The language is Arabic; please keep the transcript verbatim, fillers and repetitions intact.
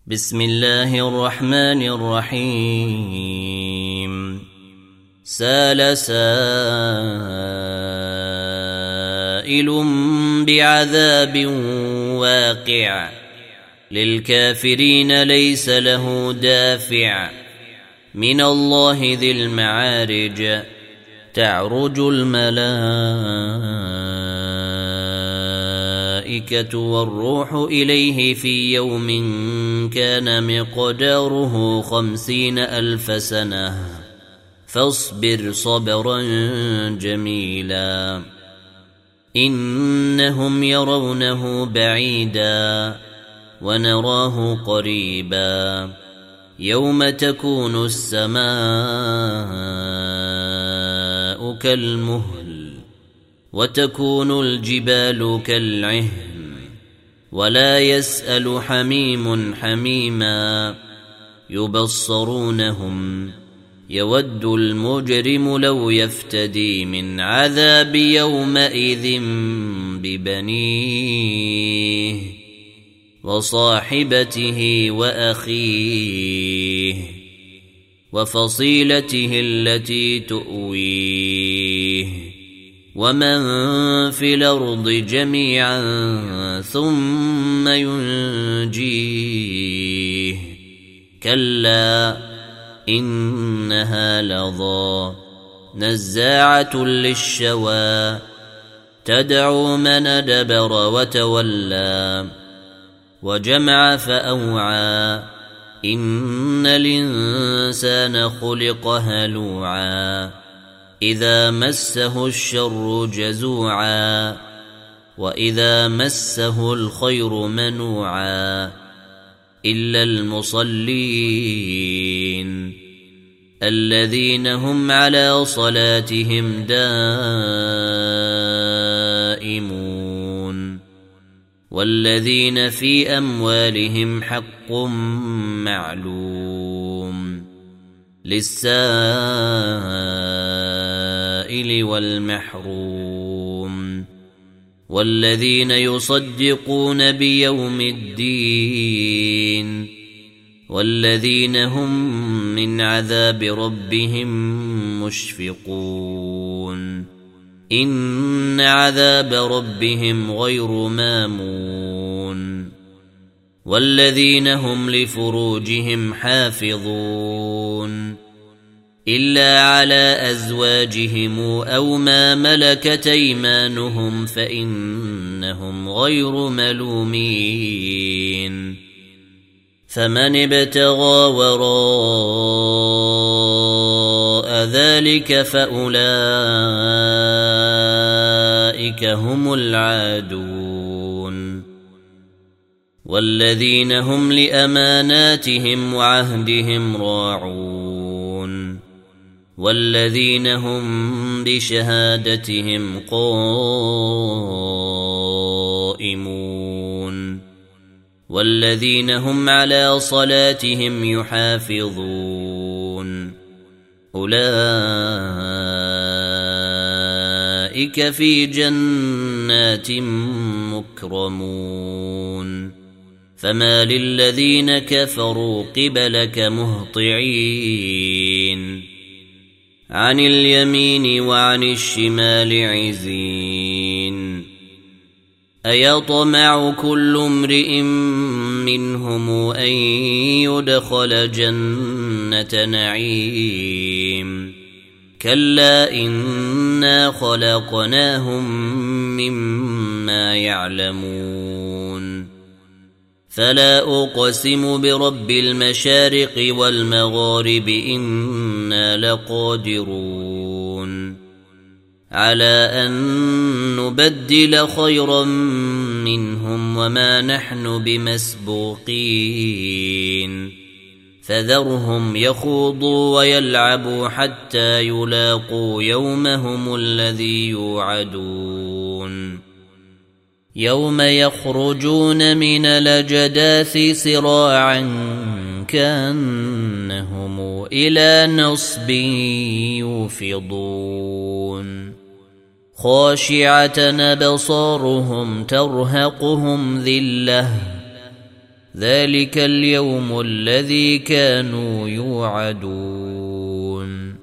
بسم الله الرحمن الرحيم. سال سائل بعذاب واقع للكافرين ليس له دافع من الله ذي المعارج. تعرج الملائكة والروح إليه في يوم كان مقداره خمسين ألف سنة فاصبر صبرا جميلا إنهم يرونه بعيدا ونراه قريبا يوم تكون السماء كالمهل وتكون الجبال كالعهن ولا يسأل حميم حميما يبصرونهم يود المجرم لو يفتدي من عذاب يومئذ ببنيه وصاحبته وأخيه وفصيلته التي تؤويه ومن في الأرض جميعا ثم ينجيه كلا إنها لظى نزاعة للشوى تدعو من أدبر وتولى وجمع فأوعى إن الإنسان خلق هلوعا إذا مسه الشر جزوعا وإذا مسه الخير منوعا إلا المصلين الذين هم على صلاتهم دائمون والذين في أموالهم حق معلوم للسائل والمحروم والذين يصدقون بيوم الدين والذين هم من عذاب ربهم مشفقون إن عذاب ربهم غير مامون والذين هم لفروجهم حافظون إلا على أزواجهم أو ما ملكت أيمانهم فإنهم غير ملومين فمن ابتغى وراء ذلك فأولئك هم العادون والذين هم لأماناتهم وعهدهم راعون والذين هم بشهادتهم قائمون والذين هم على صلاتهم يحافظون أولئك في جنات مكرمون فما للذين كفروا قبلك مهطعين عن اليمين وعن الشمال عزين أيطمع كل امرئ منهم أن يدخل جنة نعيم كلا إنا خلقناهم مما يعلمون فلا أقسم برب المشارق والمغارب إنا لقادرون على أن نبدل خيرا منهم وما نحن بمسبوقين فذرهم يخوضوا ويلعبوا حتى يلاقوا يومهم الذي يوعدون يوم يخرجون من الأجداث سراعا كأنهم إلى نصب يوفضون خاشعة أبصارهم ترهقهم ذلة ذلك اليوم الذي كانوا يوعدون